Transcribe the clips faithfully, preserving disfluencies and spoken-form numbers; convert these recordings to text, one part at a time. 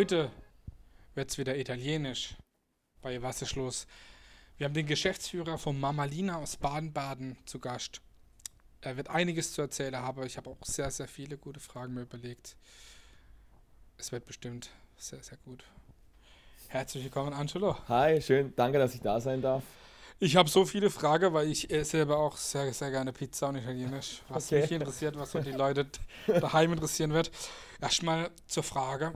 Heute wird es wieder italienisch bei Was ist los? Wir haben den Geschäftsführer von Mammalina aus Baden-Baden zu Gast. Er wird einiges zu erzählen haben. Ich habe auch sehr, sehr viele gute Fragen mir überlegt. Es wird bestimmt sehr, sehr gut. Herzlich willkommen, Angelo. Hi, schön, danke, dass ich da sein darf. Ich habe so viele Fragen, weil ich esse selber auch sehr, sehr gerne Pizza und Italienisch. Was Okay. mich interessiert, was so die Leute daheim interessieren wird. Erstmal zur Frage,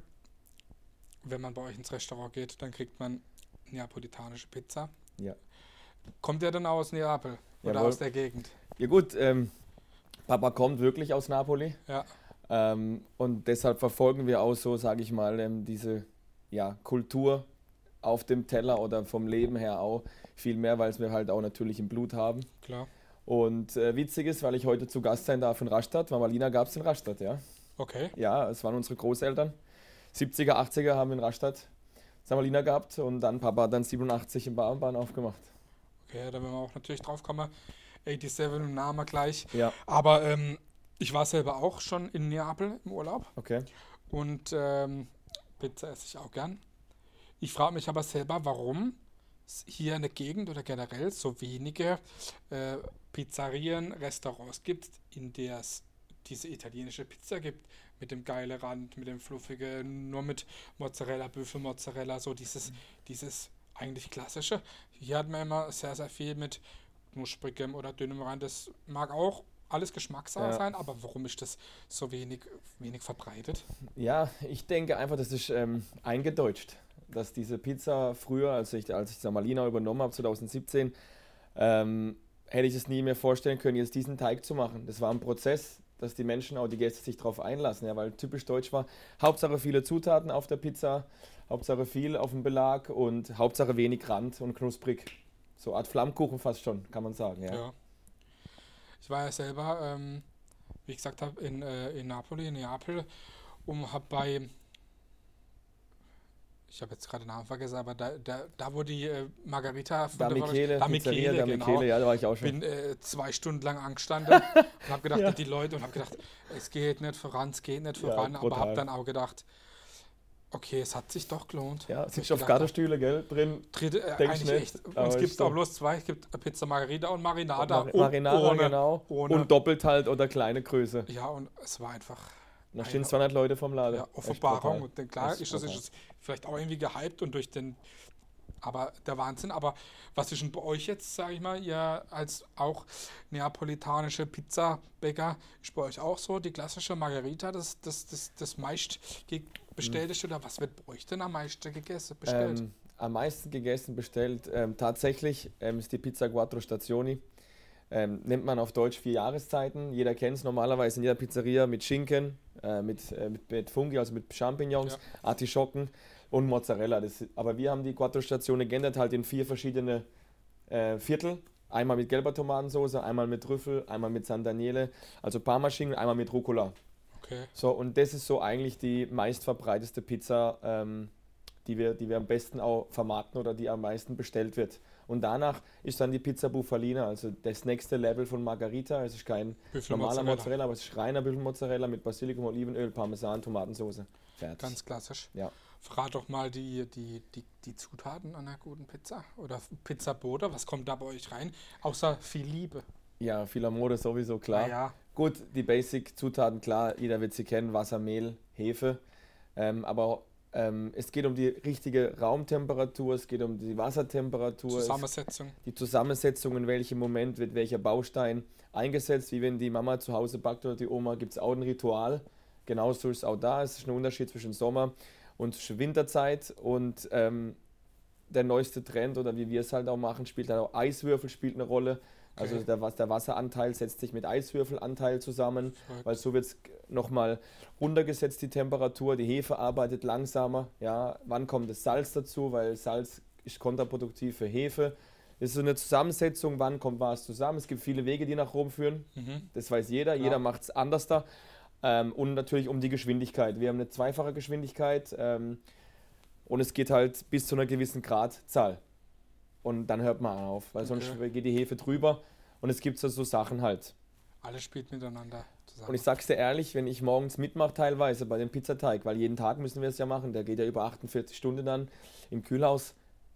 wenn man bei euch ins Restaurant geht, dann kriegt man neapolitanische Pizza. Ja. Kommt der denn aus Neapel oder Jawohl. aus der Gegend? Ja gut, ähm, Papa kommt wirklich aus Napoli Ja, ähm, und deshalb verfolgen wir auch so, sage ich mal, ähm, diese ja, Kultur auf dem Teller oder vom Leben her auch viel mehr, weil es wir halt auch natürlich im Blut haben. klar. Und äh, witzig ist, weil ich heute zu Gast sein darf in Rastatt, Mammalina gab es in Rastatt, ja. Okay. Ja, es waren unsere Großeltern. siebziger, achtziger haben in Rastatt Mammalina gehabt und dann Papa hat dann siebenundachtzig in Baden-Baden aufgemacht. Okay, da werden wir auch natürlich drauf kommen. siebenundachtzig im Namen gleich. Ja, Aber ähm, ich war selber auch schon in Neapel im Urlaub okay. und ähm, Pizza esse ich auch gern. Ich frage mich aber selber, warum es hier in der Gegend oder generell so wenige äh, Pizzerien, Restaurants gibt, in der es diese italienische Pizza gibt. Mit dem geilen Rand, mit dem fluffigen, nur mit Mozzarella, Büffelmozzarella, so dieses, dieses eigentlich klassische. Hier hat man immer sehr, sehr viel mit knusprigem oder dünnem Rand. Das mag auch alles Geschmackssache Ja. sein, aber warum ist das so wenig, wenig verbreitet? Ja, ich denke einfach, das ist ähm, eingedeutscht, dass diese Pizza früher, als ich, als ich Mammalina übernommen habe, zwanzig siebzehn, ähm, hätte ich es nie mehr vorstellen können, jetzt diesen Teig zu machen. Das war ein Prozess, dass die Menschen, auch die Gäste, sich darauf einlassen, ja, weil typisch deutsch war, Hauptsache viele Zutaten auf der Pizza, Hauptsache viel auf dem Belag und Hauptsache wenig Rand und knusprig. So eine Art Flammkuchen fast schon, kann man sagen. Ja. Ja. Ich war ja selber, ähm, wie ich gesagt habe, in, äh, in Napoli, in Neapel und habe bei, ich habe jetzt gerade den Namen vergessen, aber da, da, da wo die äh, Margarita von Da der Michele, da Pizzeria, Michele, da genau, Michele, ja, da war ich auch schon. bin äh, zwei Stunden lang angestanden und habe gedacht, Ja. die Leute, und habe gedacht, es geht nicht voran, es geht nicht Ja, voran, aber habe brutal. dann auch gedacht, okay, es hat sich doch gelohnt. Ja, Ich sitzt auf gedacht, Gartestühle, gell, drin. Dritte, äh, Denkst eigentlich nicht, echt. Und aber es ist gibt so. auch bloß zwei. Es gibt Pizza Margherita und Marinada. Mar und Marinara, ohne, genau. ohne. Und doppelt halt oder kleine Größe. Ja, und es war einfach Da eine stehen zweihundert Leute vom Laden. ja, Echt Offenbarung. brutal. Und dann, klar, Echt ist das brutal. ist es vielleicht auch irgendwie gehypt und durch den. Aber der Wahnsinn. Aber was ist denn bei euch jetzt, sage ich mal, ihr als auch neapolitanische Pizzabäcker, ist bei euch auch so die klassische Margherita, das, das, das, das meist ge- bestellte oder was wird bei euch denn am meisten gegessen, bestellt? Ähm, am meisten gegessen, bestellt. Ähm, tatsächlich ähm, ist die Pizza Quattro Stazioni. Ähm, nennt man auf Deutsch vier Jahreszeiten. Jeder kennt es normalerweise in jeder Pizzeria mit Schinken, äh, mit, äh, mit, mit Fungi, also mit Champignons, Ja. Artischocken und Mozzarella. Das, aber wir haben die Quattro Stazioni geändert halt in vier verschiedene äh, Viertel. Einmal mit gelber Tomatensauce, einmal mit Trüffel, einmal mit San Daniele, also Parmaschinken, einmal mit Rucola. Okay. So, und das ist so eigentlich die meistverbreiteste Pizza, ähm, die, wir, die wir am besten auch vermarkten oder die am meisten bestellt wird. Und danach ist dann die Pizza Bufalina, also das nächste Level von Margherita. Es ist kein normaler Büffelmozzarella. Mozzarella, aber es ist reiner Büffelmozzarella mit Basilikum, Olivenöl, Parmesan, Tomatensauce. Fertig. Ganz klassisch. Ja. Verrat doch mal die, die, die, die Zutaten einer guten Pizza oder Pizzabote. Was kommt da bei euch rein? Außer viel Liebe. Ja, viel Amore sowieso, klar. Na ja, Gut, die Basic-Zutaten, klar, jeder wird sie kennen, Wasser, Mehl, Hefe. Ähm, aber ähm, es geht um die richtige Raumtemperatur, es geht um die Wassertemperatur, es, Zusammensetzung. die Zusammensetzung, in welchem Moment wird welcher Baustein eingesetzt. Wie wenn die Mama zu Hause backt oder die Oma, gibt es auch ein Ritual. Genauso ist es auch da. Es ist ein Unterschied zwischen Sommer und zwischen Winterzeit. Und ähm, der neueste Trend, oder wie wir es halt auch machen, spielt halt auch Eiswürfel spielt eine Rolle. Also Okay. der, Was- der Wasseranteil setzt sich mit Eiswürfelanteil zusammen, Verrückt. weil so wird es nochmal runtergesetzt, die Temperatur. Die Hefe arbeitet langsamer. Ja, wann kommt das Salz dazu? Weil Salz ist kontraproduktiv für Hefe. Es ist so eine Zusammensetzung, wann kommt was zusammen. Es gibt viele Wege, die nach Rom führen. Mhm. Das weiß jeder. Klar. Jeder macht es anders da. Ähm, und natürlich um die Geschwindigkeit. Wir haben eine zweifache Geschwindigkeit ähm, und es geht halt bis zu einer gewissen Gradzahl. Und dann hört man auf, weil sonst Okay. geht die Hefe drüber und es gibt so, so Sachen halt. Alles spielt miteinander sozusagen. Und ich sag's dir ehrlich, wenn ich morgens mitmache teilweise bei dem Pizzateig, weil jeden Tag müssen wir es ja machen, der geht ja über achtundvierzig Stunden dann im Kühlhaus.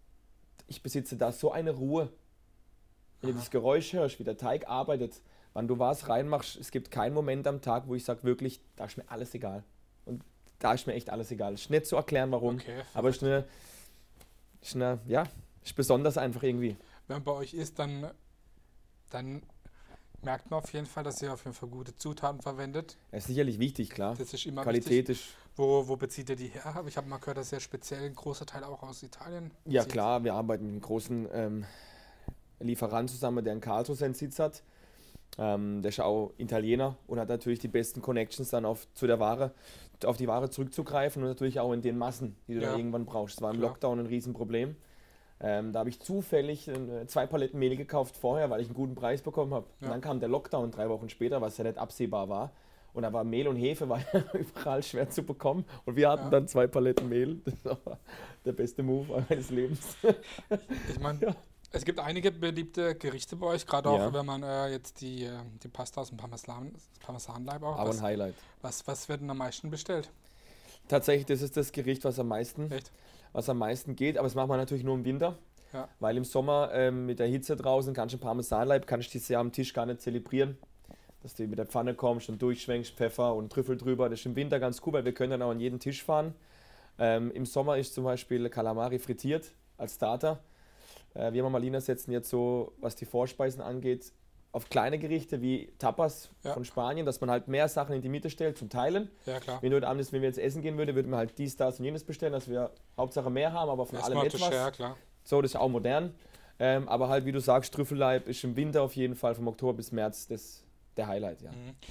Ich besitze da so eine Ruhe. Wenn du Aha. das Geräusch hörst, wie der Teig arbeitet, wann du was reinmachst, es gibt keinen Moment am Tag, wo ich sage wirklich, da ist mir alles egal. Und da ist mir echt alles egal. Ist nicht zu erklären, warum, Okay, aber ist eine, ist eine, ja, ist besonders einfach irgendwie. wenn man bei euch isst, dann, dann merkt man auf jeden Fall, dass ihr auf jeden Fall gute Zutaten verwendet. Ja, ist sicherlich wichtig, klar. Das ist immer Qualität wichtig. ist, Wo, wo bezieht ihr die her? Aber ich habe mal gehört, dass ihr speziell ein großer Teil auch aus Italien ja bezieht. klar, wir arbeiten mit einem großen ähm, Lieferanten zusammen, der in Karlsruhe seinen Sitz hat. Ähm, der ist auch Italiener und hat natürlich die besten Connections dann auf, zu der Ware, auf die Ware zurückzugreifen und natürlich auch in den Massen, die du Ja. dann irgendwann brauchst. Das war im Klar. Lockdown ein Riesenproblem. Ähm, da habe ich zufällig äh, zwei Paletten Mehl gekauft vorher, weil ich einen guten Preis bekommen habe. Ja. Und dann kam der Lockdown drei Wochen später, was ja nicht absehbar war. Und da war Mehl und Hefe war ja überall schwer zu bekommen. Und wir hatten Ja. dann zwei Paletten Mehl. Das war der beste Move meines Lebens. Ich meine, Ja. es gibt einige beliebte Gerichte bei euch, gerade auch Ja. wenn man äh, jetzt die, äh, die Pasta aus dem Parmesan, das Parmesanleib auch. Aber ein Was, Highlight. was, was wird denn am meisten bestellt? Tatsächlich, das ist das Gericht, was am meisten, Echt? was am meisten geht. Aber das macht man natürlich nur im Winter. Ja. Weil im Sommer ähm, mit der Hitze draußen kannst du ein Parmesanleib, kannst du das ja am Tisch gar nicht zelebrieren. Dass du mit der Pfanne kommst und durchschwenkst, Pfeffer und Trüffel drüber. Das ist im Winter ganz cool, weil wir können dann auch an jeden Tisch fahren. Ähm, Im Sommer ist zum Beispiel Calamari frittiert als Starter. Äh, wir Mamalina setzen jetzt so, was die Vorspeisen angeht, auf kleine Gerichte wie Tapas Ja. von Spanien, dass man halt mehr Sachen in die Mitte stellt zum Teilen. Ja, klar. Wenn du heute Abend ist, wenn wir jetzt essen gehen würden, würden wir halt dies, das und jenes bestellen, dass wir Hauptsache mehr haben, aber von allem Erstmal etwas. ja, klar. So, das ist auch modern. Ähm, aber halt, wie du sagst, Trüffelleib ist im Winter auf jeden Fall vom Oktober bis März das, der Highlight, ja. Mhm.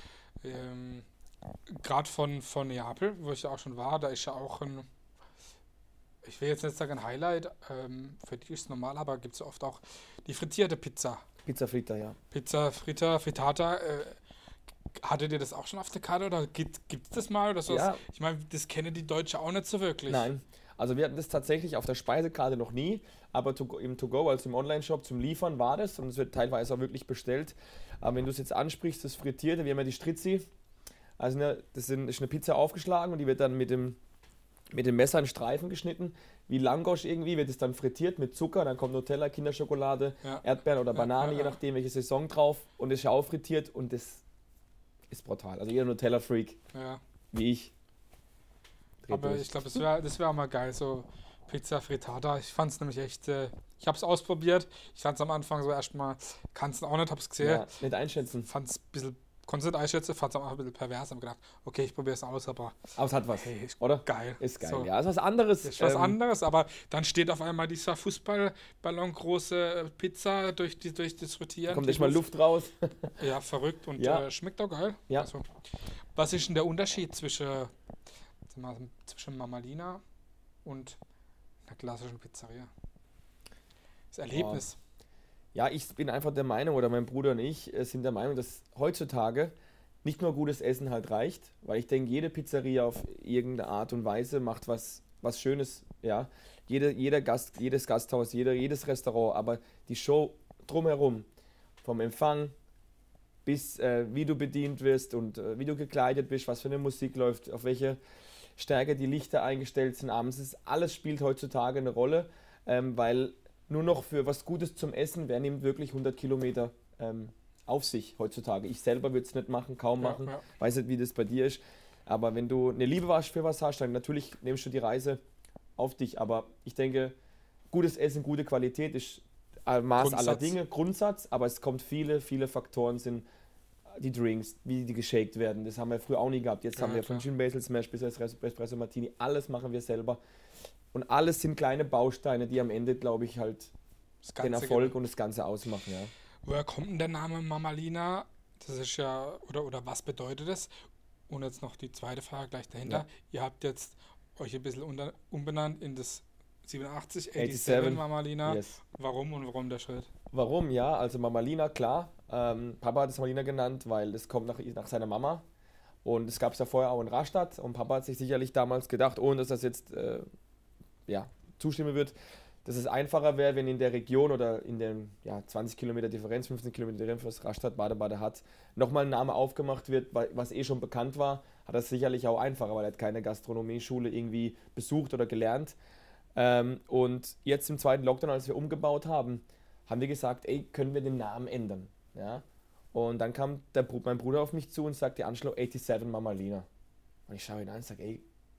Ähm, Gerade von, von Neapel, wo ich ja auch schon war, da ist ja auch ein, ich will jetzt nicht sagen ein Highlight, ähm, für die ist es normal, aber gibt es oft auch die frittierte Pizza. Pizza Fritta, ja. Pizza Fritta, Frittata, äh, hattet ihr das auch schon auf der Karte oder gibt es das mal oder so? Ja. Ich meine, das kennen die Deutschen auch nicht so wirklich. Nein. Also wir hatten das tatsächlich auf der Speisekarte noch nie, aber to, im To-Go, also im Online-Shop zum Liefern war das und es wird teilweise auch wirklich bestellt. Aber wenn du es jetzt ansprichst, das Frittierte, wir haben ja die Strizzi, also eine, das sind, ist eine Pizza aufgeschlagen und die wird dann mit dem, mit dem Messer in Streifen geschnitten. Wie Langosch irgendwie wird es dann frittiert mit Zucker, dann kommt Nutella, Kinderschokolade, Ja. Erdbeeren oder Ja, Banane, ja, je ja. nachdem welche Saison drauf und das ist ja auch frittiert und das ist brutal. Also jeder Nutella-Freak, Ja. wie ich. dreht Aber durch. ich glaube, das wäre das wär auch mal geil, so Pizza Frittata. Ich fand es nämlich echt, äh, ich habe es ausprobiert. Ich fand es am Anfang so erstmal, kannst du auch nicht, habe es gesehen. Ja, nicht einschätzen. Fand es ein bisschen, konnte es nicht einschätzen, fand es auch ein bisschen pervers. Habe gedacht, okay, ich probiere es aus, aber Aber es hat was, hey, ist oder? geil. Ist geil, So. ja. Ist was anderes. Ist was ähm, anderes, aber dann steht auf einmal dieser Fußballballon große Pizza durch, die, durch das Frittieren. Kommt die nicht mal Luft raus. Ja, verrückt und Ja. äh, schmeckt auch geil. Ja. Also, was ist denn der Unterschied zwischen, sag mal, zwischen Mamalina und einer klassischen Pizzeria? Das Erlebnis. Ja, ich bin einfach der Meinung, oder mein Bruder und ich äh, sind der Meinung, dass heutzutage nicht nur gutes Essen halt reicht, weil ich denke, jede Pizzeria auf irgendeine Art und Weise macht was, was Schönes, ja. Jede, jeder Gast, jedes Gasthaus, jeder, jedes Restaurant, aber die Show drumherum, vom Empfang bis äh, wie du bedient wirst und äh, wie du gekleidet bist, was für eine Musik läuft, auf welche Stärke die Lichter eingestellt sind abends, ist, alles spielt heutzutage eine Rolle, ähm, weil nur noch für was Gutes zum Essen, wer nimmt wirklich hundert Kilometer ähm, auf sich heutzutage. Ich selber würde es nicht machen, kaum Ja, machen, ja. weiß nicht, wie das bei dir ist, aber wenn du eine Liebe was für was hast, dann natürlich nimmst du die Reise auf dich, aber ich denke, gutes Essen, gute Qualität ist äh, Maß Grundsatz. aller Dinge, Grundsatz, aber es kommt viele, viele Faktoren sind die Drinks, wie die geshakt werden, das haben wir früher auch nie gehabt. Jetzt Ja, haben wir klar. von Gin Basil Smash bis Espresso Martini, alles machen wir selber. Und alles sind kleine Bausteine, die am Ende, glaube ich, halt Das den Ganze Erfolg geht- und das Ganze ausmachen. Ja. Woher kommt denn der Name Mamalina? Das ist ja, oder, oder was bedeutet das? Und jetzt noch die zweite Frage gleich dahinter. Ja. Ihr habt jetzt euch ein bisschen unter, umbenannt in das siebenundachtzig, siebenundachtzig, siebenundachtzig Mamalina. Yes. Warum und warum der Schritt? Warum? Ja, also Mamalina, klar. Ähm, Papa hat es Mamalina genannt, weil es kommt nach, nach seiner Mama. Und es gab es ja vorher auch in Rastatt. Und Papa hat sich sicherlich damals gedacht, ohne dass das jetzt äh, ja, zustimmen wird, dass es einfacher wäre, wenn in der Region oder in den ja, zwanzig Kilometer Differenz, fünfzehn Kilometer Differenz, was Rastatt, Baden-Baden hat, nochmal ein Name aufgemacht wird, was eh schon bekannt war, hat das sicherlich auch einfacher, weil er hat keine Gastronomieschule irgendwie besucht oder gelernt. Ähm, und jetzt im zweiten Lockdown, als wir umgebaut haben, haben wir gesagt, ey, können wir den Namen ändern? Ja? Und dann kam der, mein Bruder auf mich zu und sagte, Angelo, siebenundachtzig Mamalina. Und ich schaue ihn an und sage, ey,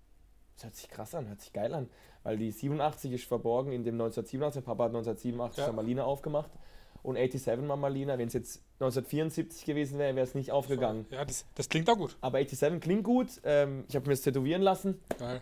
das hört sich krass an, hört sich geil an. Weil die siebenundachtzig ist verborgen in dem neunzehnhundertsiebenundachtzig. Papa hat neunzehnhundertsiebenundachtzig ja. Mamalina aufgemacht. Und siebenundachtzig Mamalina, wenn es jetzt neunzehnhundertvierundsiebzig gewesen wäre, wäre es nicht aufgegangen. Ja, das, das klingt auch gut. Aber siebenundachtzig klingt gut. Ähm, ich habe mir das tätowieren lassen. Geil.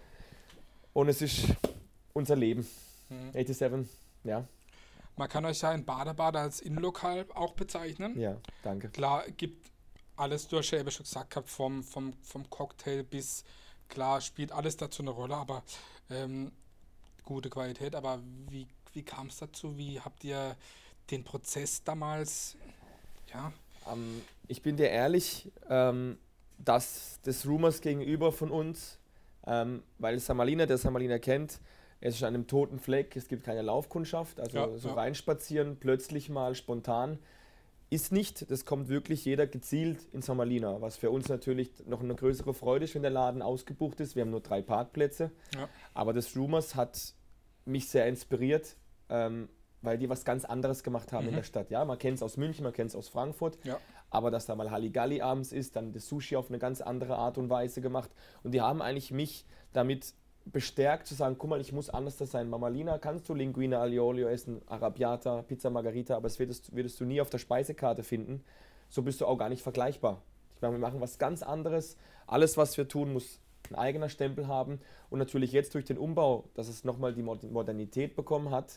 Und es ist unser Leben. Mhm. siebenundachtzig, ja. Man kann euch ja in Baden-Baden als Innenlokal auch bezeichnen. Ja, danke. Klar, gibt alles durch, ich habe schon gesagt gehabt, vom, vom, vom Cocktail bis, klar, spielt alles dazu eine Rolle, aber ähm, gute Qualität. Aber wie, wie kam es dazu? Wie habt ihr den Prozess damals, ja? Ähm, ich bin dir ehrlich, ähm, dass des Rumors gegenüber von uns, ähm, weil Samalina, der Samalina kennt, es ist an einem toten Fleck, es gibt keine Laufkundschaft, also ja, so ja. reinspazieren, plötzlich mal spontan, ist nicht, das kommt wirklich jeder gezielt in Samalina, was für uns natürlich noch eine größere Freude ist, wenn der Laden ausgebucht ist. Wir haben nur drei Parkplätze, ja. aber das Rumors hat mich sehr inspiriert, ähm, weil die was ganz anderes gemacht haben mhm. in der Stadt. Ja, man kennt es aus München, man kennt es aus Frankfurt, ja. aber dass da mal Halligalli abends ist, dann das Sushi auf eine ganz andere Art und Weise gemacht und die haben eigentlich mich damit bestärkt zu sagen, guck mal, ich muss anders sein. Mamalina, kannst du Linguine Aglio Olio essen, Arrabbiata, Pizza Margherita, aber das würdest, würdest du nie auf der Speisekarte finden. So bist du auch gar nicht vergleichbar. Ich meine, wir machen was ganz anderes. Alles, was wir tun, muss ein eigener Stempel haben. Und natürlich jetzt durch den Umbau, dass es nochmal die Modernität bekommen hat,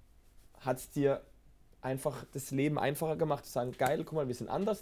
hat es dir einfach das Leben einfacher gemacht, zu sagen, geil, guck mal, wir sind anders.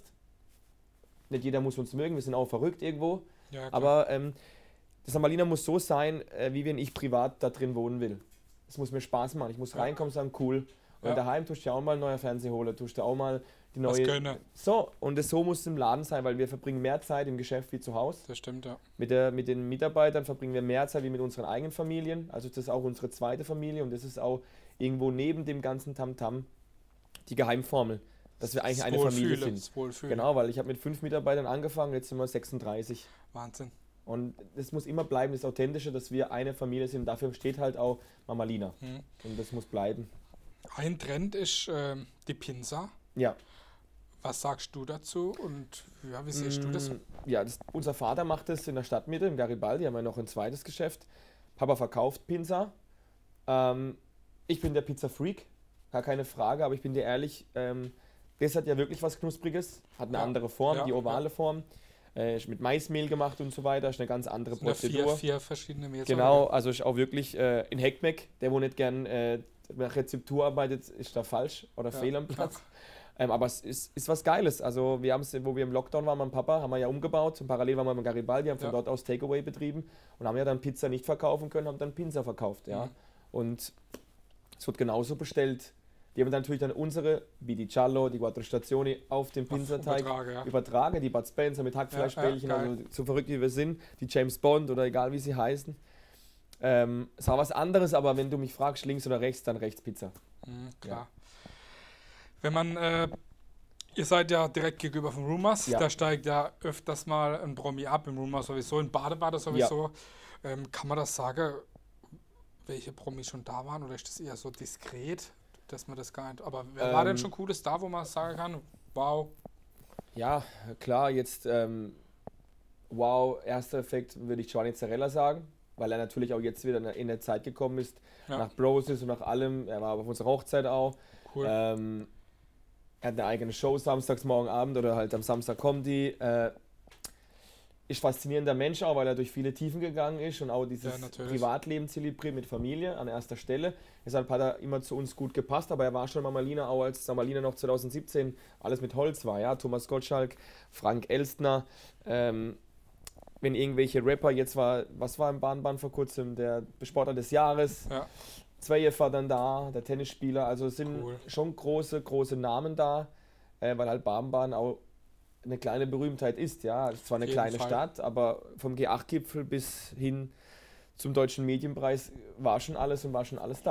Nicht jeder muss uns mögen, wir sind auch verrückt irgendwo. Ja, aber ähm, das Samalina muss so sein, äh, wie wenn ich privat da drin wohnen will. Es muss mir Spaß machen. Ich muss ja. reinkommen und sagen, cool. Und ja. daheim tust du ja auch mal einen neuen Fernseher holen, tust du auch mal die neue... So, und das, so muss es im Laden sein, weil wir verbringen mehr Zeit im Geschäft wie zu Hause. Das stimmt, ja. Mit, der, mit den Mitarbeitern verbringen wir mehr Zeit wie mit unseren eigenen Familien. Also das ist auch unsere zweite Familie und das ist auch irgendwo neben dem ganzen Tamtam die Geheimformel, dass wir eigentlich das eine Familie sind. Das Wohlfühlen. Genau, weil ich habe mit fünf Mitarbeitern angefangen, jetzt sind wir sechsunddreißig. Wahnsinn. Und das muss immer bleiben, das Authentische, dass wir eine Familie sind. Dafür steht halt auch Mamalina. Mhm. Und das muss bleiben. Ein Trend ist äh, die Pinsa. Ja. Was sagst du dazu und ja, wie siehst mmh, du das? Ja, das, unser Vater macht das in der Stadtmitte, in Garibaldi, haben wir noch ein zweites Geschäft. Papa verkauft Pinsa. Ähm, ich bin der Pizza-Freak, gar keine Frage, aber ich bin dir ehrlich, ähm, das hat ja wirklich was Knuspriges, hat eine ja. andere Form, ja, die ovale ja. Form. Ist mit Maismehl gemacht und so weiter, ist eine ganz andere das Prozedur. Vier, vier verschiedene Mehl. Genau, also ist auch wirklich äh, in Heckmeck, der wo nicht gern äh, nach Rezeptur arbeitet, ist da falsch oder ja, fehl am Platz. Ja. Ähm, aber es ist, ist was Geiles. Also wir haben es, wo wir im Lockdown waren, mein Papa, haben wir ja umgebaut. Und parallel waren wir in Garibaldi, haben von ja. dort aus Takeaway betrieben und haben ja dann Pizza nicht verkaufen können, haben dann Pinsa verkauft. Ja. Mhm. Und es wird genauso bestellt. Die haben dann natürlich dann unsere, wie die Giallo, die Quattro Stazioni, auf den Pinsateig übertragen, ja. übertragen, die Bud Spencer mit Hackfleischbällchen, ja, ja, also so verrückt wie wir sind, die James Bond oder egal wie sie heißen. Ähm, es war was anderes, aber wenn du mich fragst, links oder rechts, dann rechts Pizza. Mhm, klar. Ja. Wenn man, äh, ihr seid ja direkt gegenüber von Rumors, ja. da steigt ja öfters mal ein Promi ab, im Rumors sowieso, in Baden-Baden sowieso. Ja. Ähm, kann man das sagen, welche Promis schon da waren oder ist das eher so diskret? Dass man das gar nicht. Aber wer ähm, war denn schon Cooles da, wo man sagen kann, wow? Ja, klar, jetzt ähm, wow, erster Effekt würde ich Giovanni Zarella sagen, weil er natürlich auch jetzt wieder in der Zeit gekommen ist, ja. nach Broses und nach allem. Er war auf unserer Hochzeit auch. Cool. Ähm, er hat eine eigene Show samstags morgen Abend oder halt am Samstag kommt die. Äh, ist faszinierender Mensch auch, weil er durch viele Tiefen gegangen ist und auch dieses ja, Privatleben zelebriert mit Familie an erster Stelle. Deshalb hat er immer zu uns gut gepasst, aber er war schon Mamalina, auch als Mamalina noch zwanzig siebzehn alles mit Holz war. Ja? Thomas Gottschalk, Frank Elstner, ähm, wenn irgendwelche Rapper, jetzt war, was war im Bahnbahn vor kurzem, der Sportler des Jahres, ja. Zverev war dann da, der Tennisspieler, also es sind cool. schon große, große Namen da, äh, weil halt Bahnbahn auch eine kleine Berühmtheit ist, ja. Es ist zwar eine kleine Fall. Stadt, aber vom G acht Gipfel bis hin zum Deutschen Medienpreis war schon alles und war schon alles da.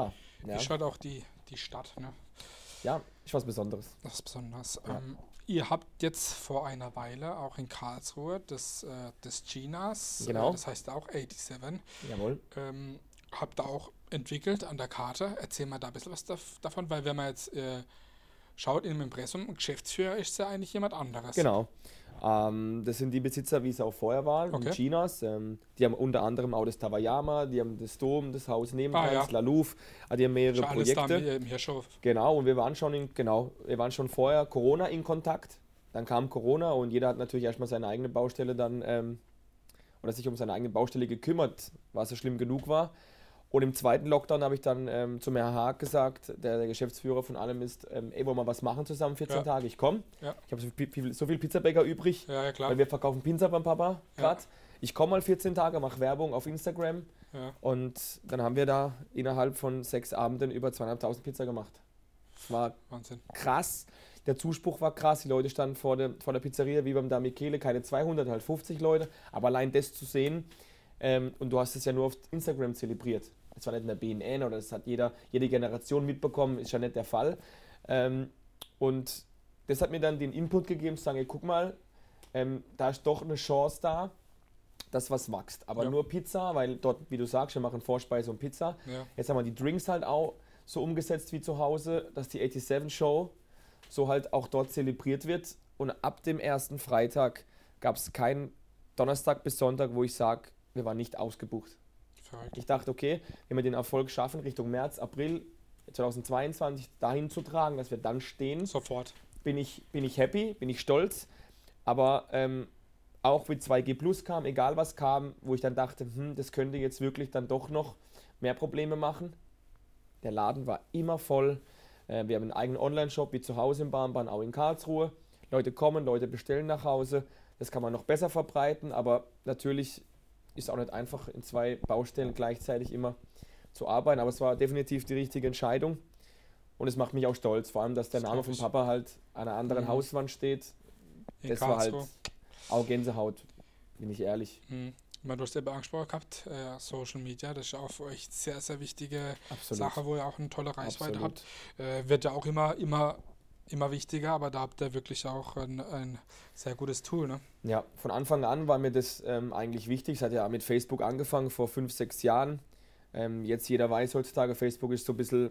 Ja, Ist halt auch die, die Stadt, ne? ja, ist was Besonderes. Das ist besonders. Ja. Ähm, ihr habt jetzt vor einer Weile auch in Karlsruhe das, äh, das Ginas, Genau. äh, das heißt auch siebenundachtzig, Jawohl. ähm, habt ihr auch entwickelt an der Karte. Erzähl mal da ein bisschen was daf- davon, weil wenn man jetzt äh, schaut in dem Impressum, Geschäftsführer ist ja eigentlich jemand anderes. Genau. Ähm, das sind die Besitzer, wie es auch vorher waren, Okay. in Chinas. Ähm, die haben unter anderem auch das Tawayama, die haben das Dom, das Haus nebendran, Ah, ja. das La Louvre, ah, die haben mehrere Ist ja alles da Projekte. im, im Hirschhof. Genau, und wir waren schon in, genau, wir waren schon vorher Corona in Kontakt. Dann kam Corona und jeder hat natürlich erstmal seine eigene Baustelle dann ähm, oder sich um seine eigene Baustelle gekümmert, was so schlimm genug war. Und im zweiten Lockdown habe ich dann ähm, zum Herrn Haag gesagt, der, der Geschäftsführer von allem ist, ähm, ey, wollen wir was machen zusammen, vierzehn Ja. Tage, ich komme. Ja. Ich habe so viel, so viel Pizzabäcker übrig, Ja, ja, klar. weil wir verkaufen Pizza beim Papa Ja. gerade. Ich komme mal vierzehn Tage, mache Werbung auf Instagram Ja. und dann haben wir da innerhalb von sechs Abenden über zweieinhalbtausend Pizza gemacht. Es war Wahnsinn. krass. Der Zuspruch war krass. Die Leute standen vor der, vor der Pizzeria wie beim Da Michele, keine zweihundert, halt fünfzig Leute. Aber allein das zu sehen, ähm, und du hast es ja nur auf Instagram zelebriert. Es war nicht mehr B N N oder das hat jeder, jede Generation mitbekommen, ist ja nicht der Fall. Ähm, und das hat mir dann den Input gegeben, zu sagen, ey, guck mal, ähm, da ist doch eine Chance da, dass was wächst. Aber Ja. nur Pizza, weil dort, wie du sagst, wir machen Vorspeise und Pizza. Ja. Jetzt haben wir die Drinks halt auch so umgesetzt wie zu Hause, dass die siebenundachtzig Show so halt auch dort zelebriert wird. Und ab dem ersten Freitag gab es keinen Donnerstag bis Sonntag, wo ich sage, wir waren nicht ausgebucht. Verrückt. Ich dachte, okay, wenn wir den Erfolg schaffen, Richtung März, April zweitausendzweiundzwanzig dahin zu tragen, dass wir dann stehen, Sofort. bin ich, bin ich happy, bin ich stolz. Aber ähm, auch mit zwei G Plus kam, egal was kam, wo ich dann dachte, hm, das könnte jetzt wirklich dann doch noch mehr Probleme machen. Der Laden war immer voll. Äh, wir haben einen eigenen Online-Shop, wie zu Hause im Barmbahn, auch in Karlsruhe. Leute kommen, Leute bestellen nach Hause. Das kann man noch besser verbreiten, aber natürlich ist auch nicht einfach, in zwei Baustellen gleichzeitig immer zu arbeiten. Aber es war definitiv die richtige Entscheidung. Und es macht mich auch stolz, vor allem, dass der Das Name glaub von ich. Papa halt an einer anderen Mhm. Hauswand steht. In Das war halt Karlsruhe. auch Gänsehaut, bin ich ehrlich. Mhm. Ich meine, du hast ja angesprochen gehabt, äh, Social Media, das ist ja auch für euch sehr, sehr wichtige Absolut. Sache, wo ihr auch eine tolle Reichweite Absolut. habt. Äh, wird ja auch immer, immer, immer wichtiger, aber da habt ihr wirklich auch ein, ein sehr gutes Tool, ne? Ja, von Anfang an war mir das ähm, eigentlich wichtig. Es hat ja mit Facebook angefangen vor fünf, sechs Jahren. Ähm, jetzt jeder weiß heutzutage, Facebook ist so ein bisschen,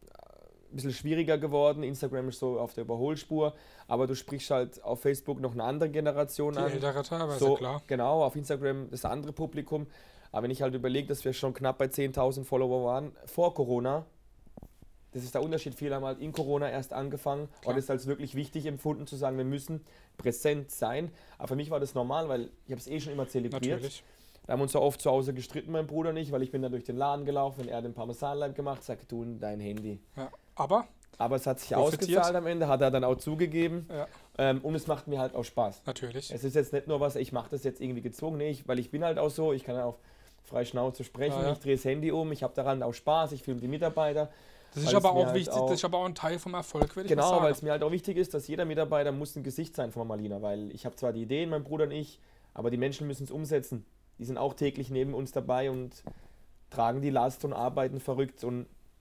ein bisschen schwieriger geworden. Instagram ist so auf der Überholspur. Aber du sprichst halt auf Facebook noch eine andere Generation Die an. ältere teilweise, So, klar. genau, auf Instagram das andere Publikum. Aber wenn ich halt überlege, dass wir schon knapp bei zehntausend Follower waren vor Corona, das ist der Unterschied. Viele haben halt in Corona erst angefangen Klar. und es als wirklich wichtig empfunden zu sagen, wir müssen präsent sein. Aber für mich war das normal, weil ich habe es eh schon immer zelebriert. Natürlich. Wir haben uns so oft zu Hause gestritten, mein Bruder und ich, weil ich bin dann durch den Laden gelaufen und er hat den Parmesanleib gemacht, sagt, du dein Handy. Ja. Aber, Aber es hat sich Profitiert. ausgezahlt am Ende, hat er dann auch zugegeben. ja, Ähm, und es macht mir halt auch Spaß. natürlich. Es ist jetzt nicht nur was, ich mache das jetzt irgendwie gezwungen, nee, ich, weil ich bin halt auch so, ich kann auf frei Schnauze sprechen, Ja, ja. ich drehe das Handy um, ich habe daran auch Spaß, ich filme die Mitarbeiter. Das weil ist es aber mir auch halt wichtig, auch- das ist aber auch ein Teil vom Erfolg, würde ich Genau, mal weil sagen. es mir halt auch wichtig ist, dass jeder Mitarbeiter muss ein Gesicht sein von Malina, weil ich habe zwar die Ideen, mein Bruder und ich, aber die Menschen müssen es umsetzen. Die sind auch täglich neben uns dabei und tragen die Last und arbeiten verrückt. Und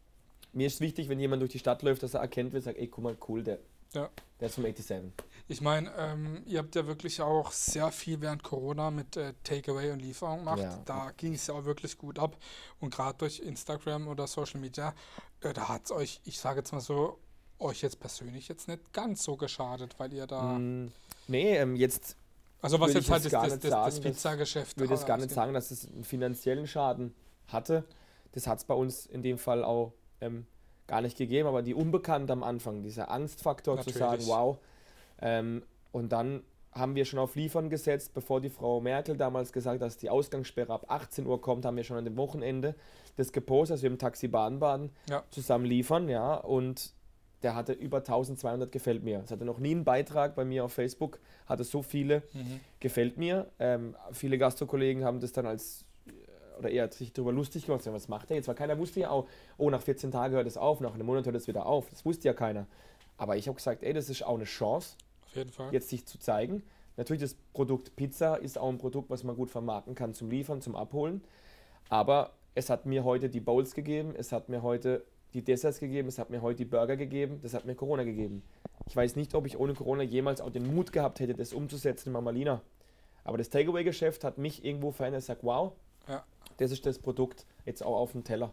mir ist wichtig, wenn jemand durch die Stadt läuft, dass er erkennt wird, sagt, ey, guck mal, cool, der, Ja. der ist vom siebenundachtzig. Ich meine, ähm, ihr habt ja wirklich auch sehr viel während Corona mit äh, Takeaway und Lieferung gemacht. Ja. Da ging es ja auch wirklich gut ab. Und gerade durch Instagram oder Social Media, äh, da hat es euch, ich sage jetzt mal so, euch jetzt persönlich jetzt nicht ganz so geschadet, weil ihr da, Mm, nee, ähm, jetzt also was würde jetzt ich halt jetzt das, gar das, nicht das, das sagen, dass- Pizzageschäft Ich würde jetzt gar nicht ausgeht. sagen, dass es einen finanziellen Schaden hatte. Das hat es bei uns in dem Fall auch ähm, gar nicht gegeben, aber die Unbekannte am Anfang, dieser Angstfaktor zu sagen, Natürlich. wow. Ähm, und dann haben wir schon auf Liefern gesetzt, bevor die Frau Merkel damals gesagt hat, dass die Ausgangssperre ab achtzehn Uhr kommt, haben wir schon an dem Wochenende das gepostet, dass wir im Taxi Baden-Baden Ja. zusammen liefern, ja, und der hatte über eintausendzweihundert gefällt mir. Es hatte noch nie einen Beitrag bei mir auf Facebook, hatte so viele Mhm. gefällt mir. Ähm, viele Gastrokollegen haben das dann als, äh, oder eher sich darüber lustig gemacht, sagen, was macht er jetzt? Weil keiner wusste ja auch, oh, nach vierzehn Tagen hört es auf, nach einem Monat hört es wieder auf. Das wusste ja keiner. Aber ich habe gesagt, ey, das ist auch eine Chance, Auf jeden Fall. jetzt sich zu zeigen. Natürlich, das Produkt Pizza ist auch ein Produkt, was man gut vermarkten kann zum Liefern, zum Abholen. Aber es hat mir heute die Bowls gegeben, es hat mir heute die Desserts gegeben, es hat mir heute die Burger gegeben, das hat mir Corona gegeben. Ich weiß nicht, ob ich ohne Corona jemals auch den Mut gehabt hätte, das umzusetzen in Mamalina. Aber das Takeaway-Geschäft hat mich irgendwo verändert. Ich sage, wow, Ja. das ist das Produkt jetzt auch auf dem Teller.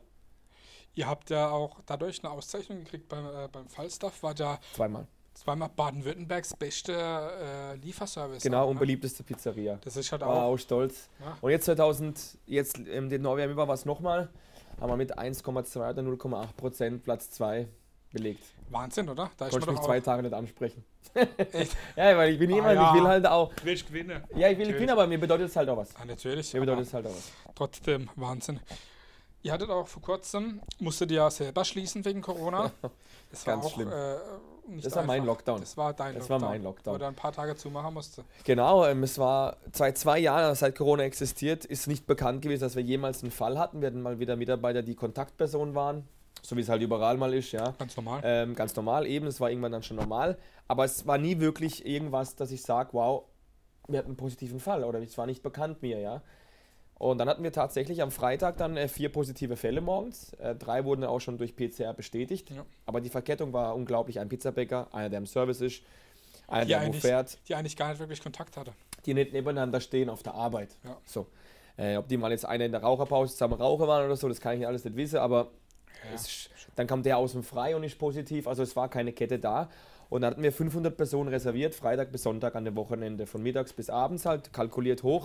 Ihr habt ja auch dadurch eine Auszeichnung gekriegt beim, äh, beim Falstaff, war ja Zweimal. zweimal Baden-Württembergs beste äh, Lieferservice. Genau, auch, und ne? beliebteste Pizzeria. Das ist halt War auch. auch stolz. Ja. Und jetzt zweitausend, jetzt im November war es nochmal, haben wir mit eins Komma zwei oder null Komma acht Prozent Platz zwei belegt. Wahnsinn, oder? Da ist Konnte ich man mich doch zwei auch. Tage nicht ansprechen. Echt? Ja, weil ich bin Ah, jemand, ja. ich will halt auch. Willst gewinnen? Ja, ich will nicht Natürlich. gewinnen, aber mir bedeutet es halt auch was. Ah, natürlich. Mir aber bedeutet es halt auch was. Trotzdem, Wahnsinn. Ihr hattet auch vor kurzem, musstet ihr ja selber schließen wegen Corona. Das war Ganz auch schlimm. Äh, nicht Das war mein einfach. Lockdown. Das war dein Das war Lockdown. mein Lockdown. Wo du ein paar Tage zumachen musste. Genau, ähm, es war seit zwei Jahren, seit Corona existiert, ist nicht bekannt gewesen, dass wir jemals einen Fall hatten. Wir hatten mal wieder Mitarbeiter, die Kontaktpersonen waren, so wie es halt überall mal ist, ja. Ganz normal. Ähm, ganz normal eben, es war irgendwann dann schon normal. Aber es war nie wirklich irgendwas, dass ich sage, wow, wir hatten einen positiven Fall oder es war nicht bekannt mir, ja. Und dann hatten wir tatsächlich am Freitag dann äh, vier positive Fälle morgens. Äh, drei wurden dann auch schon durch P C R bestätigt. Ja. Aber die Verkettung war unglaublich. Ein Pizzabäcker, einer, der im Service ist, einer, Die der wo eigentlich- fährt, Die eigentlich gar nicht wirklich Kontakt hatte. die nicht nebeneinander stehen auf der Arbeit. Ja. So. Äh, ob die mal jetzt einer in der Raucherpause zusammen Raucher waren oder so, das kann ich alles nicht wissen, aber Ja. es, ist- dann kam der aus dem Frei und ist positiv. Also es war keine Kette da. Und dann hatten wir fünfhundert Personen reserviert, Freitag bis Sonntag an dem Wochenende, von mittags bis abends halt, kalkuliert hoch.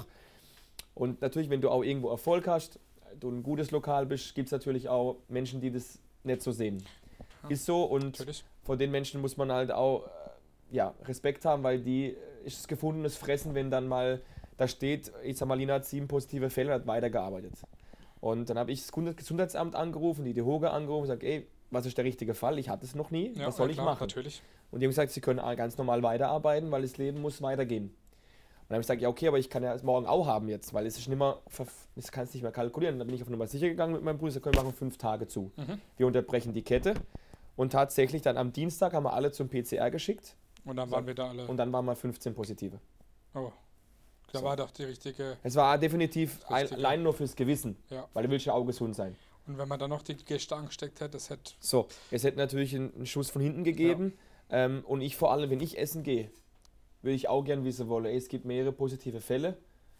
Und natürlich, wenn du auch irgendwo Erfolg hast, du ein gutes Lokal bist, gibt es natürlich auch Menschen, die das nicht so sehen. Ja. Ist so und Natürlich. vor den Menschen muss man halt auch äh, ja, Respekt haben, weil die äh, ist es gefundenes Fressen, wenn dann mal da steht, Izamalina hat sieben positive Fälle und hat weitergearbeitet. Und dann habe ich das Gesund- Gesundheitsamt angerufen, die DEHOGA angerufen und gesagt, ey, was ist der richtige Fall? Ich hatte es noch nie, Ja, was soll ja, ich klar, machen? Natürlich. Und die haben gesagt, sie können ganz normal weiterarbeiten, weil das Leben muss weitergehen. Und dann habe ich gesagt, ja okay, aber ich kann ja es morgen auch haben jetzt, weil es ist nicht mehr, verf- das kannst nicht mehr kalkulieren. Und dann bin ich auf Nummer sicher gegangen mit meinem Bruder, wir können machen fünf Tage zu. Mhm. Wir unterbrechen die Kette und tatsächlich dann am Dienstag haben wir alle zum P C R geschickt Und dann So. waren wir da alle. und dann waren wir fünfzehn Positive. Oh. Da So. war doch die richtige. Es war definitiv Das ein, Richtige. allein nur fürs Gewissen, Ja. weil du willst ja auch gesund sein. Und wenn man dann noch die Gäste angesteckt hätte, das hätte. So, es hätte natürlich einen, einen Schuss von hinten gegeben ähm, und ich vor allem, wenn ich essen gehe, würde ich auch gern wissen wollen, ey, es gibt mehrere positive Fälle.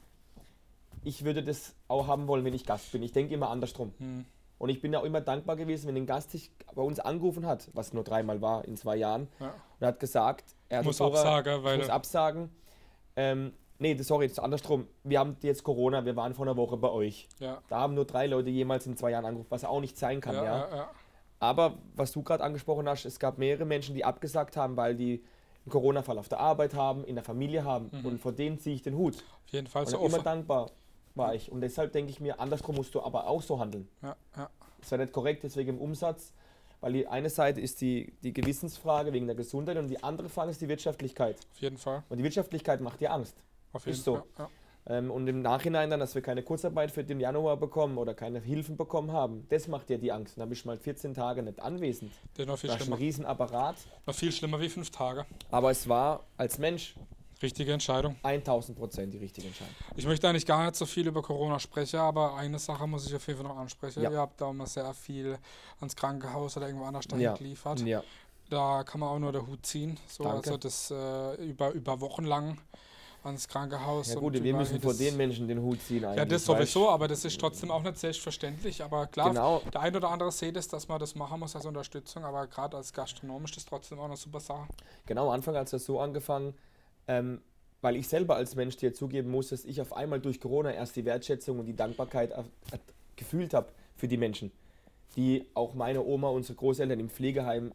Ich würde das auch haben wollen, wenn ich Gast bin. Ich denke immer andersrum. Hm. Und ich bin ja auch immer dankbar gewesen, wenn ein Gast sich bei uns angerufen hat, was nur dreimal war in zwei Jahren, Ja. und hat gesagt, er hat Muss Dora, absagen, ich weil. muss absagen. Ähm, nee, das- sorry, das ist andersrum. Wir haben jetzt Corona, wir waren vor einer Woche bei euch. Ja. Da haben nur drei Leute jemals in zwei Jahren angerufen, was auch nicht sein kann, Ja, ja. ja, ja. Aber was du gerade angesprochen hast, es gab mehrere Menschen, die abgesagt haben, weil die einen Corona-Fall auf der Arbeit haben, in der Familie haben. Mhm. Und vor denen ziehe ich den Hut. Auf jeden Fall Und so immer offen. dankbar war ich. Und deshalb denke ich mir, andersrum musst du aber auch so handeln. Ja, ja. Das wäre nicht korrekt, deswegen im Umsatz. Weil die eine Seite ist die, die Gewissensfrage wegen der Gesundheit und die andere Frage ist die Wirtschaftlichkeit. Auf jeden Fall. Und die Wirtschaftlichkeit macht dir Angst. Auf jeden Ist so. Fall. Ja. Ähm, und im Nachhinein dann, dass wir keine Kurzarbeit für den Januar bekommen oder keine Hilfen bekommen haben, das macht dir die Angst. Und dann bist du mal vierzehn Tage nicht anwesend. Das ist noch viel Du hast einen schlimmer. riesen Apparat. Noch viel schlimmer wie fünf Tage. Aber es war als Mensch Richtige Entscheidung. tausend Prozent die richtige Entscheidung. Ich möchte eigentlich gar nicht so viel über Corona sprechen, aber eine Sache muss ich auf jeden Fall noch ansprechen. Ja. Ihr habt da immer sehr viel ans Krankenhaus oder irgendwo anders dahin Ja. geliefert. Ja, Da kann man auch nur den Hut ziehen. So, Danke. also das äh, über, über Wochen lang ans Krankenhaus. ja und gut, wir überall müssen hin. vor Das- den Menschen den Hut ziehen eigentlich. Ja, das weißt sowieso, aber das ist trotzdem auch nicht selbstverständlich. Aber klar, Genau, der ein oder andere sieht es, dass man das machen muss als Unterstützung, aber gerade als Gastronom ist das trotzdem auch eine super Sache. genau am Anfang hat es so angefangen, ähm, weil ich selber als Mensch dir zugeben muss, dass ich auf einmal durch Corona erst die Wertschätzung und die Dankbarkeit auf, äh, gefühlt habe für die Menschen, die auch meine Oma, unsere Großeltern im Pflegeheim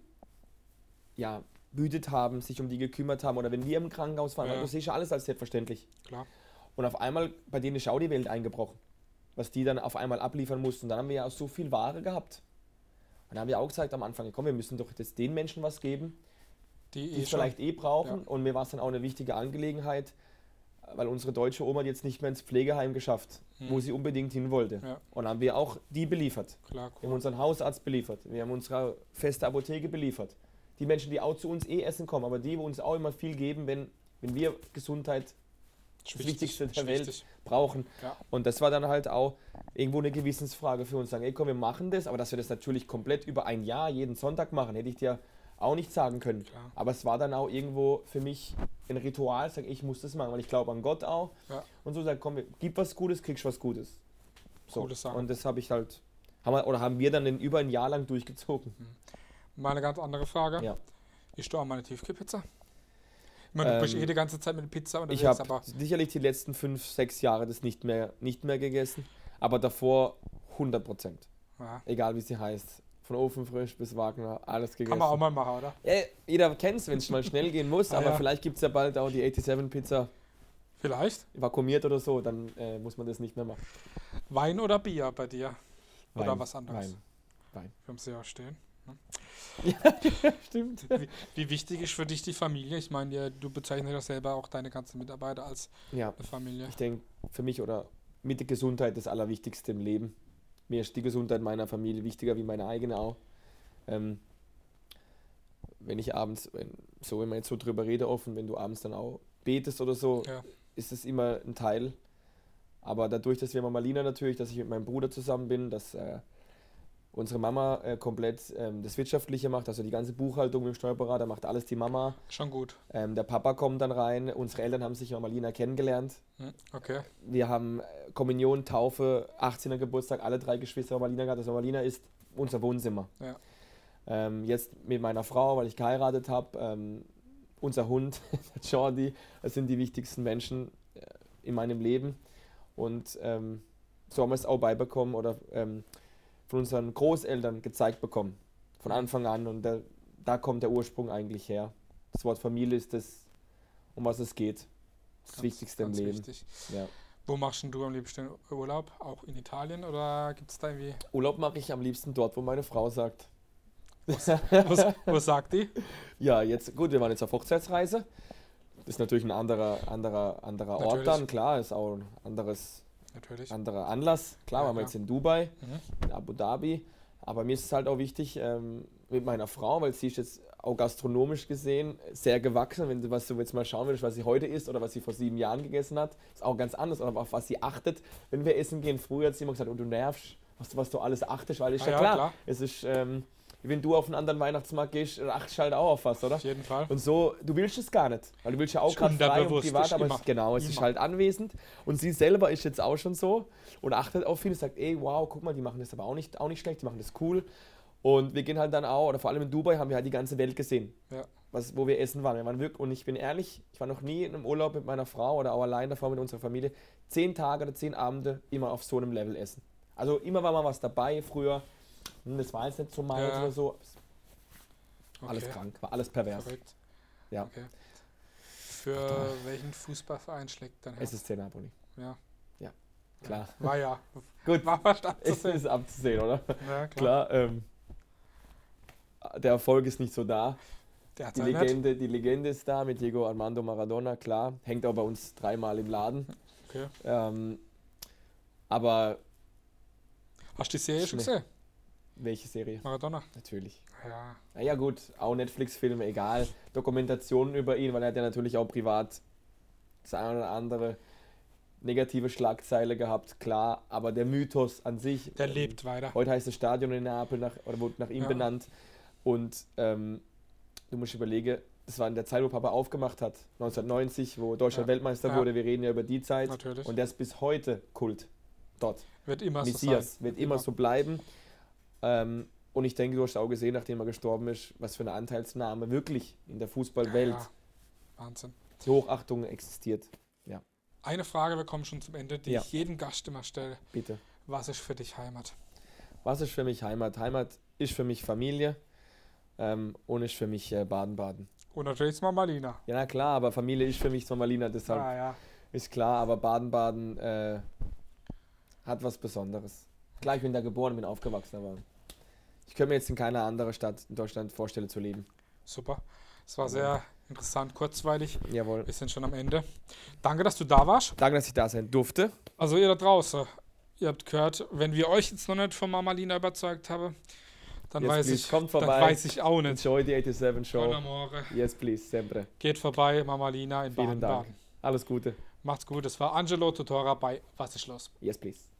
ja, behütet haben, sich um die gekümmert haben oder wenn wir im Krankenhaus waren, Ja. du siehst ja alles als selbstverständlich. Klar. Und auf einmal, bei denen ist auch die Welt eingebrochen, was die dann auf einmal abliefern mussten. Dann haben wir ja auch so viel Ware gehabt. Und dann haben wir auch gesagt am Anfang, komm, wir müssen doch das den Menschen was geben, Die die eh es schon. vielleicht eh brauchen. Ja. Und mir war es dann auch eine wichtige Angelegenheit, weil unsere deutsche Oma hat jetzt nicht mehr ins Pflegeheim geschafft, Hm. wo sie unbedingt hin wollte. Ja. Und dann haben wir auch die beliefert. Klar, Wir haben cool. unseren Hausarzt beliefert. Wir haben unsere feste Apotheke beliefert. Die Menschen, die auch zu uns eh essen kommen, aber die, wo uns auch immer viel geben, wenn, wenn wir Gesundheit das Wichtig, Wichtigste der ist Welt wichtig. brauchen. Ja. Und das war dann halt auch irgendwo eine Gewissensfrage für uns. Sagen, ey komm, wir machen das, aber dass wir das natürlich komplett über ein Jahr jeden Sonntag machen, hätte ich dir auch nicht sagen können. Klar. Aber es war dann auch irgendwo für mich ein Ritual, sag ich muss das machen, weil ich glaube an Gott auch. Ja. Und so sagt, komm, gib was Gutes, kriegst was Gutes. So. Coole Sache. Und das habe ich halt, haben wir, oder haben wir dann in über ein Jahr lang durchgezogen. Mal eine ganz andere Frage. Ja. Isst du auch mal eine Tiefkühlpizza? Ich meine, du bist Ähm, eh die ganze Zeit mit der Pizza unterwegs, Ich habe aber sicherlich die letzten fünf, sechs Jahre das nicht mehr, nicht mehr gegessen, aber davor hundert Prozent. ja, Egal wie sie heißt. Von Ofenfrisch bis Wagner, alles gegessen. kann man auch mal machen, oder? Ja, jeder kennt es, wenn es mal schnell gehen muss, Ah, aber ja. vielleicht gibt es ja bald auch die siebenundachtzig-Pizza Vielleicht. vakuumiert oder so, dann äh, muss man das nicht mehr machen. Wein oder Bier bei dir? Oder Wein, was anderes? Wein. Wein. Wir haben sie ja stehen. Ja, stimmt. Wie, wie wichtig ist für dich die Familie? Ich meine, ja, du bezeichnest ja selber auch deine ganzen Mitarbeiter als Ja, eine Familie. ich denke, für mich oder mit der Gesundheit das Allerwichtigste im Leben. Mir ist die Gesundheit meiner Familie wichtiger wie meine eigene auch. Ähm, wenn ich abends, wenn, so wenn man jetzt so drüber rede offen, wenn du abends dann auch betest oder so, Ja. ist es immer ein Teil. Aber dadurch, dass wir Mama Lina natürlich, dass ich mit meinem Bruder zusammen bin, dass äh, unsere Mama äh, komplett ähm, das Wirtschaftliche macht, also die ganze Buchhaltung mit dem Steuerberater macht alles die Mama. Schon gut. Ähm, der Papa kommt dann rein, unsere Eltern haben sich Mama Lina kennengelernt. Hm, okay. Wir haben äh, Kommunion, Taufe, achtzehnter Geburtstag, alle drei Geschwister Mama Lina gehabt. Also Mama Lina ist unser Wohnzimmer. Ja. Ähm, jetzt mit meiner Frau, weil ich geheiratet habe, ähm, unser Hund, Jordi, das sind die wichtigsten Menschen äh, in meinem Leben. Und ähm, so haben wir es auch beibekommen oder ähm, von unseren Großeltern gezeigt bekommen. Von Anfang an. Und da, da kommt der Ursprung eigentlich her. Das Wort Familie ist das, um was es geht. Das Ganz- Wichtigste im ganz Leben. Wichtig. Ja. Wo machst denn du am liebsten Urlaub? Auch in Italien oder gibt es da irgendwie. Urlaub mache ich am liebsten dort, wo meine Frau sagt. Was, was sagt die? Ja, jetzt, gut, wir waren jetzt auf Hochzeitsreise. Das ist natürlich ein anderer, anderer, anderer Ort Natürlich. dann, klar, ist auch ein anderes, Natürlich. anderer Anlass. Klar, Ja, waren wir klar. jetzt in Dubai, Mhm. in Abu Dhabi. Aber mir ist es halt auch wichtig ähm, mit meiner Frau, weil sie ist jetzt auch gastronomisch gesehen sehr gewachsen. Wenn du, was du jetzt mal schauen willst, was sie heute isst oder was sie vor sieben Jahren gegessen hat, ist auch ganz anders. Oder auf was sie achtet, wenn wir essen gehen. Früher hat sie immer gesagt, oh, du nervst, was, du- was du alles achtest, weil ist Ah, ja, ja, klar. klar. Es ist, ähm, wenn du auf einen anderen Weihnachtsmarkt gehst, achtest du halt auch auf was, oder? Auf jeden Fall. Und so, du willst es gar nicht, weil du willst ja auch Ist gerade frei und unterbewusst, privat, ist aber immer. es, genau, es ist Immer. halt anwesend. Und sie selber ist jetzt auch schon so und achtet auf viel und sagt, ey, wow, guck mal, die machen das aber auch nicht, auch nicht schlecht, die machen das cool. Und wir gehen halt dann auch, oder vor allem in Dubai haben wir halt die ganze Welt gesehen, Ja. was, wo wir essen waren. Wir waren wirklich, und ich bin ehrlich, ich war noch nie in einem Urlaub mit meiner Frau oder auch allein davor mit unserer Familie, zehn Tage oder zehn Abende immer auf so einem Level essen. Also immer war mal was dabei früher, hm, das war jetzt nicht so meins Ja. oder so, Okay. alles krank, war alles pervers. Verrückt. Ja. Okay. Für welchen Fußballverein schlägt dein Herz? S S C Napoli, Ja. klar. War ja. Gut, War verstanden zu es sehen. ist abzusehen, oder? Ja, klar. Klar, ähm, der Erfolg ist nicht so da. Der hat Die ja nicht. Legende, die Legende ist da mit Diego Armando Maradona, klar. Hängt auch bei uns dreimal im Laden. Okay. Ähm, aber Hast du die Serie schon Nee. gesehen? welche Serie? Maradona. Natürlich. Ja. Naja gut, auch Netflix-Filme, egal. Dokumentationen über ihn, weil er hat ja natürlich auch privat das eine oder andere negative Schlagzeile gehabt, klar. Aber der Mythos an sich. Der ähm, lebt weiter. Heute heißt das Stadion in Neapel nach, oder wurde nach ihm Ja. benannt. Und ähm, du musst überlegen, das war in der Zeit, wo Papa aufgemacht hat, neunzehnhundertneunzig, wo Deutschland Ja. Weltmeister Ja. wurde. Wir reden ja über die Zeit. Natürlich. Und der ist bis heute Kult dort. Wird immer so Messias sein. wird immer so bleiben. Ähm, und ich denke, du hast auch gesehen, nachdem er gestorben ist, was für eine Anteilsnahme wirklich in der Fußballwelt, Ja, Wahnsinn. die Hochachtung existiert. Eine Frage, wir kommen schon zum Ende, die Ja. ich jedem Gast immer stelle. Bitte. Was ist für dich Heimat? Was ist für mich Heimat? Heimat ist für mich Familie ähm, und ist für mich äh, Baden-Baden. Und natürlich ist Mama Lina. Ja, na klar, aber Familie ist für mich Malina, deshalb Ah, ja. ist klar, aber Baden-Baden äh, hat was Besonderes. Klar, ich bin da geboren, bin aufgewachsen, aber ich könnte mir jetzt in keiner anderen Stadt in Deutschland vorstellen zu leben. Super. Es war sehr interessant, kurzweilig. Jawohl. Wir sind schon am Ende. Danke, dass du da warst. Danke, dass ich da sein durfte. Also ihr da draußen, ihr habt gehört, wenn wir euch jetzt noch nicht von Mama Lina überzeugt haben, dann, Yes, weiß please, ich, kommt dann vorbei. weiß ich auch nicht. Enjoy the eighty-seven Show. Buon amore. Yes, please, sempre. Geht vorbei, Mama Lina in Vielen Dank. Baden-Baden. Alles Gute. Macht's gut. Das war Angelo Tutora bei Was ist los? Yes, please.